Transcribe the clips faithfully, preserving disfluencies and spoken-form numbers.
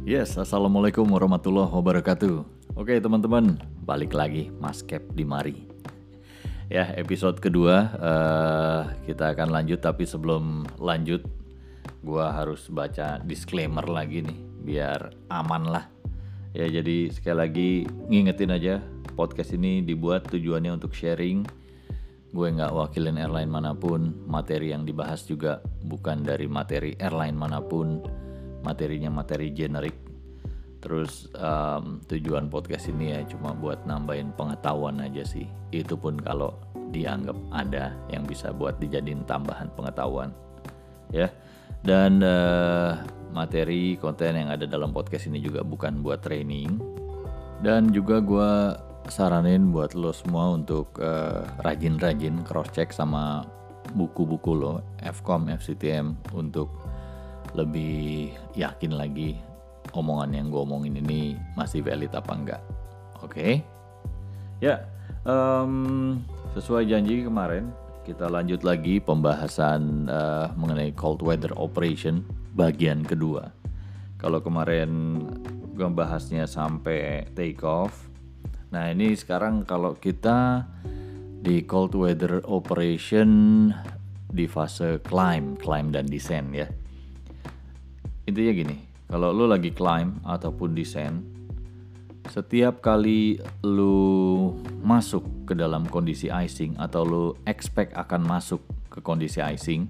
Yes, assalamualaikum warahmatullahi wabarakatuh. Oke teman-teman, balik lagi Mas Cap di mari. Ya, episode kedua uh, kita akan lanjut, tapi sebelum lanjut gua harus baca disclaimer lagi nih biar aman lah. Ya, jadi sekali lagi ngingetin aja, podcast ini dibuat tujuannya untuk sharing. Gue nggak wakilin airline manapun, materi yang dibahas juga bukan dari materi airline manapun, materinya materi generik. Terus um, tujuan podcast ini ya cuma buat nambahin pengetahuan aja sih. Itu pun kalau dianggap ada yang bisa buat dijadiin tambahan pengetahuan, ya. Dan uh, materi konten yang ada dalam podcast ini juga bukan buat training. Dan juga gue saranin buat lo semua untuk uh, rajin-rajin cross check sama buku-buku lo, F C O M, F C T M, untuk lebih yakin lagi omongan yang gue omongin ini masih valid apa enggak. Oke, okay? Ya, um, sesuai janji kemarin kita lanjut lagi pembahasan uh, mengenai cold weather operation bagian kedua. Kalau kemarin gue bahasnya sampai take off, nah ini sekarang kalau kita di cold weather operation di fase climb, climb dan descent ya. Intinya gini, kalau lu lagi climb ataupun descent, setiap kali lu masuk ke dalam kondisi icing atau lu expect akan masuk ke kondisi icing,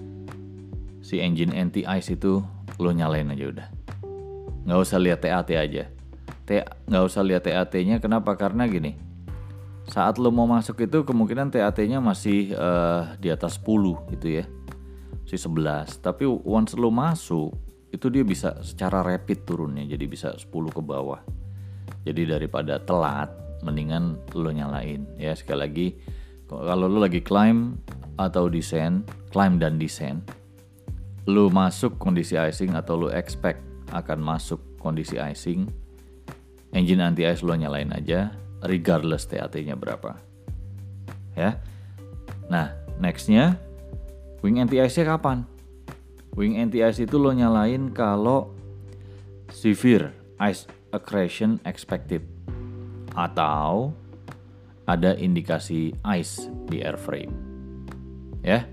si engine anti-ice itu lu nyalain aja udah. Nggak usah lihat T A T aja. T, nggak usah lihat T A T-nya, kenapa? Karena gini, saat lu mau masuk itu kemungkinan T A T-nya masih uh, di atas sepuluh gitu ya, masih sebelas. Tapi once lu masuk, itu dia bisa secara rapid turunnya, jadi bisa sepuluh ke bawah. Jadi daripada telat, mendingan lu nyalain. Ya, sekali lagi, kalau lu lagi climb atau descent, climb dan descent, lu masuk kondisi icing atau lu expect akan masuk kondisi icing, engine anti-ice lu nyalain aja, regardless T A T-nya berapa. Ya. Nah, next-nya, wing anti-ice-nya kapan? Wing anti-ice itu lo nyalain kalau severe ice accretion expected atau ada indikasi ice di airframe. Ya.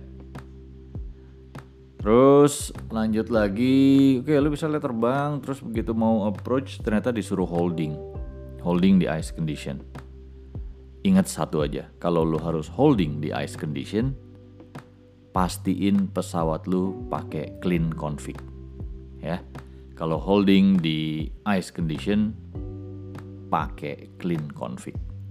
Terus lanjut lagi, oke lo bisa lihat terbang, terus begitu mau approach ternyata disuruh holding. Holding di ice condition. Ingat satu aja, kalau lo harus holding di ice condition, pastiin pesawat lu pakai clean config, ya. Kalau holding di ice condition, pakai clean config.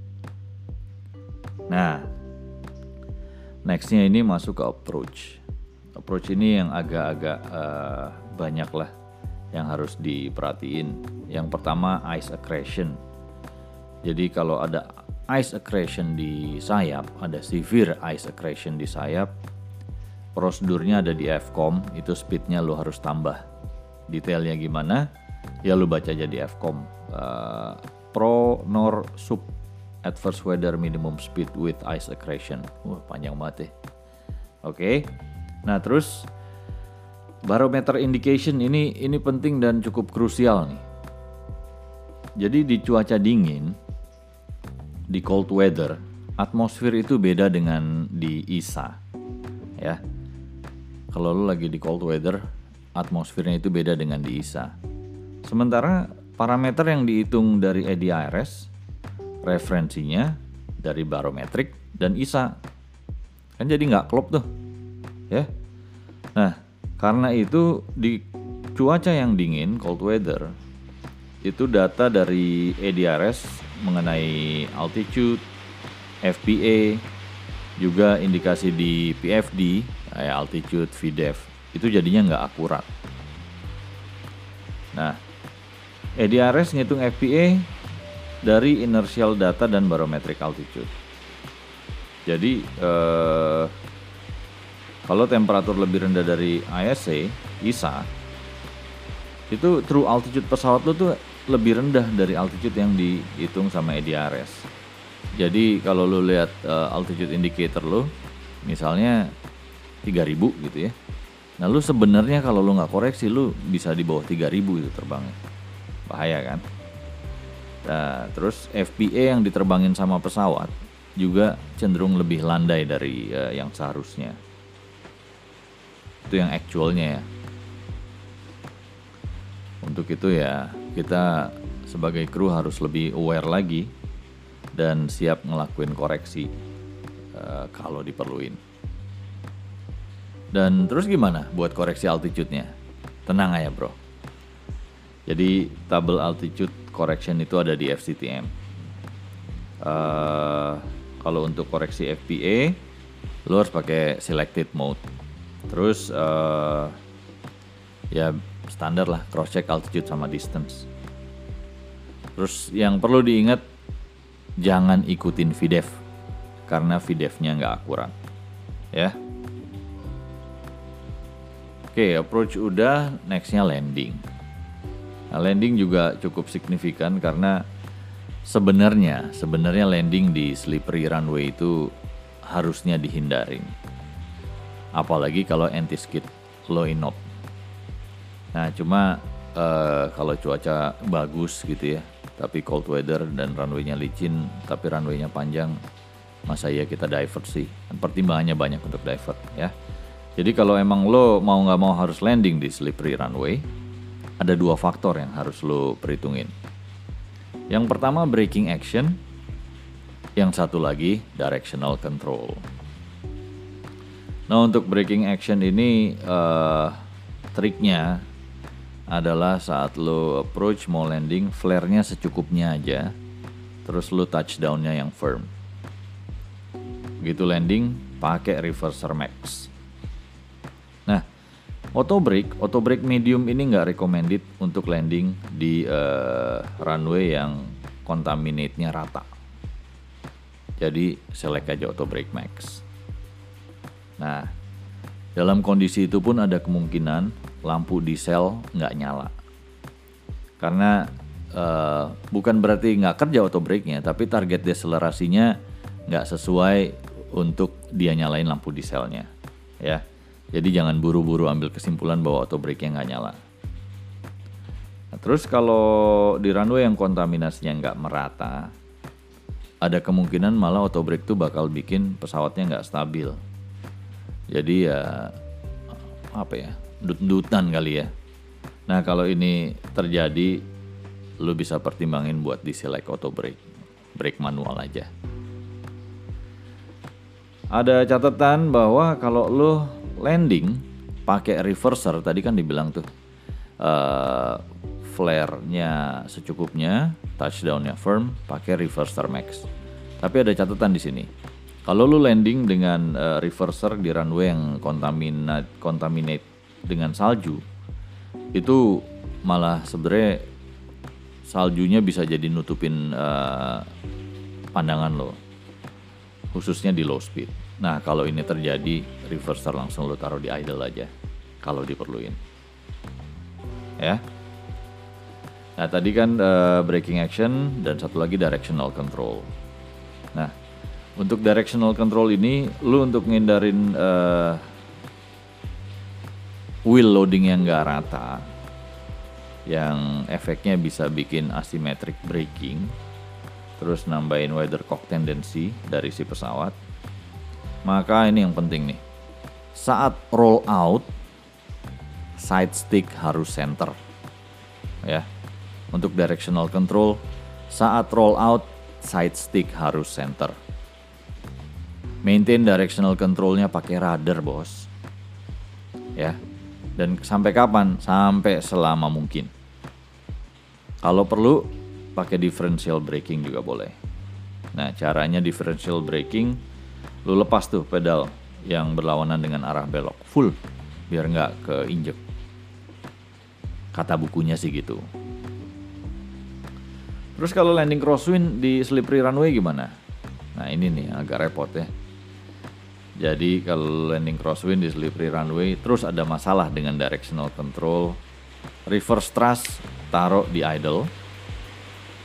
Nah, nextnya ini masuk ke approach. Approach ini yang agak-agak uh, banyak lah yang harus diperhatiin. Yang pertama ice accretion. Jadi kalau ada ice accretion di sayap, ada severe ice accretion di sayap, prosedurnya ada di F C O M, itu speednya lo harus tambah. Detailnya gimana? Ya lo baca aja di F C O M. Uh, Pro nor sub adverse weather minimum speed with ice accretion. Wah, panjang banget ya. Oke. Okay. Nah, terus barometer indication ini ini penting dan cukup krusial nih. Jadi di cuaca dingin, di cold weather, atmosfer itu beda dengan di I S A. Ya. Kalau lo lagi di cold weather, atmosfernya itu beda dengan di I S A. Sementara parameter yang dihitung dari A D I R S, referensinya dari barometrik dan I S A. Kan jadi nggak klop tuh. Ya. Nah, karena itu di cuaca yang dingin, cold weather, itu data dari A D I R S mengenai altitude, F P A, juga indikasi di P F D, kayak altitude, V D E V, itu jadinya nggak akurat. Nah, A D I R S ngitung F P A dari inertial data dan barometric altitude. Jadi, eh, kalau temperatur lebih rendah dari I S A, I S A, itu true altitude pesawat lo tuh lebih rendah dari altitude yang dihitung sama A D I R S. Jadi kalau lo lihat uh, altitude indicator lo, misalnya tiga ribu gitu ya, Nah lu sebenarnya kalau lu nggak koreksi lu bisa di bawah tiga ribu itu terbangnya. Bahaya kan? Nah, terus F P A yang diterbangin sama pesawat juga cenderung lebih landai dari uh, yang seharusnya. Itu yang actualnya ya. Untuk itu ya kita sebagai kru harus lebih aware lagi dan siap ngelakuin koreksi uh, kalau diperluin. Dan terus gimana buat koreksi altitude-nya? Tenang aja bro. Jadi table altitude correction itu ada di F C T M. Uh, kalau untuk koreksi F P A, lo harus pakai selected mode. Terus uh, ya standar lah cross check altitude sama distance. Terus yang perlu diingat jangan ikutin V D E F karena V D E F-nya nggak akurat, ya. Oke, approach udah, nextnya landing. Nah, landing juga cukup signifikan karena sebenarnya sebenarnya landing di slippery runway itu harusnya dihindarin. Apalagi kalau anti-skid low inoff. Nah, cuma uh, kalau cuaca bagus gitu ya, tapi cold weather dan runway-nya licin, tapi runway-nya panjang, masa ya kita divert sih? Pertimbangannya banyak untuk divert ya. Jadi kalau emang lo mau nggak mau harus landing di slippery runway, ada dua faktor yang harus lo perhitungin. Yang pertama braking action, yang satu lagi directional control. Nah untuk braking action ini uh, triknya adalah saat lo approach mau landing, flare-nya secukupnya aja, terus lo touchdown-nya yang firm. Begitu landing, pakai reverser max. Nah, auto brake, auto brake medium ini nggak recommended untuk landing di uh, runway yang contaminate-nya rata. Jadi select aja auto brake max. Nah, dalam kondisi itu pun ada kemungkinan lampu diesel nggak nyala. Karena uh, bukan berarti nggak kerja auto brake-nya, tapi target deselerasinya nggak sesuai untuk dia nyalain lampu dieselnya, ya. Jadi jangan buru-buru ambil kesimpulan bahwa auto brake-nya nggak nyala. Nah, terus kalau di runway yang kontaminasinya nggak merata, ada kemungkinan malah auto brake tuh bakal bikin pesawatnya nggak stabil. Jadi ya apa ya, dut-dutan kali ya. Nah kalau ini terjadi, lu bisa pertimbangin buat diselect auto brake, brake manual aja. Ada catatan bahwa kalau lu landing pakai reverser, tadi kan dibilang tuh uh, flare-nya secukupnya, touchdown-nya firm, pakai reverser max. Tapi ada catatan di sini. Kalau lu landing dengan uh, reverser di runway yang contaminate, contaminate dengan salju, itu malah sebenarnya saljunya bisa jadi nutupin uh, pandangan lo, khususnya di low speed. Nah kalau ini terjadi, reverser langsung lo taruh di idle aja kalau diperluin, ya. Nah tadi kan uh, braking action dan satu lagi directional control. Nah untuk directional control ini, lo untuk ngindarin uh, wheel loading yang gak rata, yang efeknya bisa bikin asymmetric braking, terus nambahin weathercock tendency dari si pesawat. Maka ini yang penting nih, saat roll out, side stick harus center, ya. Untuk directional control, saat roll out, side stick harus center. Maintain directional controlnya pakai rudder bos, ya. Dan sampai kapan? Sampai selama mungkin. Kalau perlu, pakai differential braking juga boleh. Nah caranya differential braking, lu lepas tuh pedal yang berlawanan dengan arah belok full biar nggak keinjek. Kata bukunya sih gitu. Terus kalau landing crosswind di slippery runway gimana? Nah ini nih agak repot ya. Jadi kalau landing crosswind di slippery runway terus ada masalah dengan directional control, reverse thrust taruh di idle,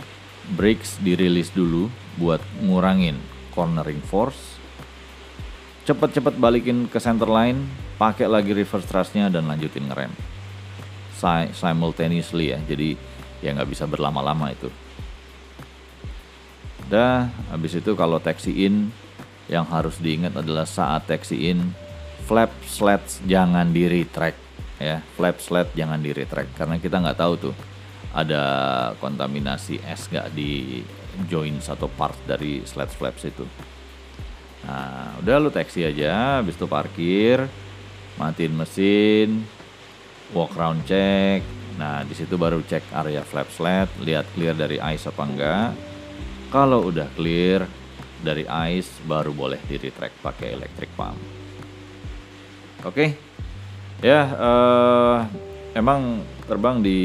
brakes dirilis dulu buat ngurangin cornering force. cepet-cepet balikin ke center line, pakai lagi reverse thrustnya dan lanjutin ngerem simultaneously ya, jadi ya nggak bisa berlama-lama itu. Udah, habis itu kalau taxi in, yang harus diingat adalah saat taxi in, flap slats jangan di retract ya, flap slat jangan di retract karena kita nggak tahu tuh ada kontaminasi es nggak di joint atau part dari slats flaps itu. Nah, udah lu taxi aja, habis itu parkir, matiin mesin, walk around check. Nah, di situ baru cek area flap slat, lihat clear dari ice apa enggak. Kalau udah clear dari ice, baru boleh di retract pakai electric pump. Oke, okay. ya uh, emang terbang di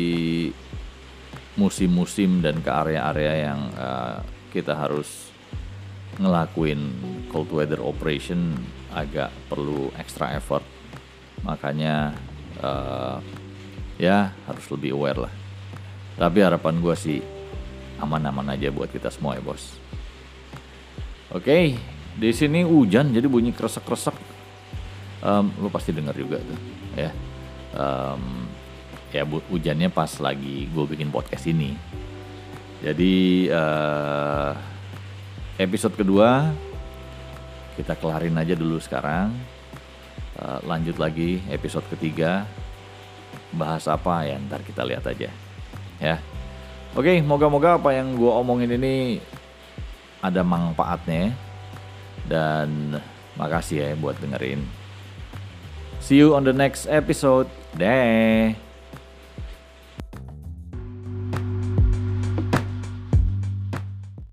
musim-musim dan ke area-area yang uh, kita harus ngelakuin cold weather operation agak perlu extra effort. Makanya uh, ya harus lebih aware lah. Tapi harapan gue sih aman-aman aja buat kita semua ya bos. Oke, okay, di sini hujan jadi bunyi kresek-kresek. Um, lo pasti dengar juga tuh, ya. Um, ya bu- hujannya pas lagi gue bikin podcast ini. Jadi uh, episode kedua kita kelarin aja dulu sekarang. Uh, lanjut lagi episode ketiga. Bahas apa ya ntar kita lihat aja ya. Oke, moga-moga apa yang gue omongin ini ada manfaatnya. Dan makasih ya buat dengerin. See you on the next episode. Deh.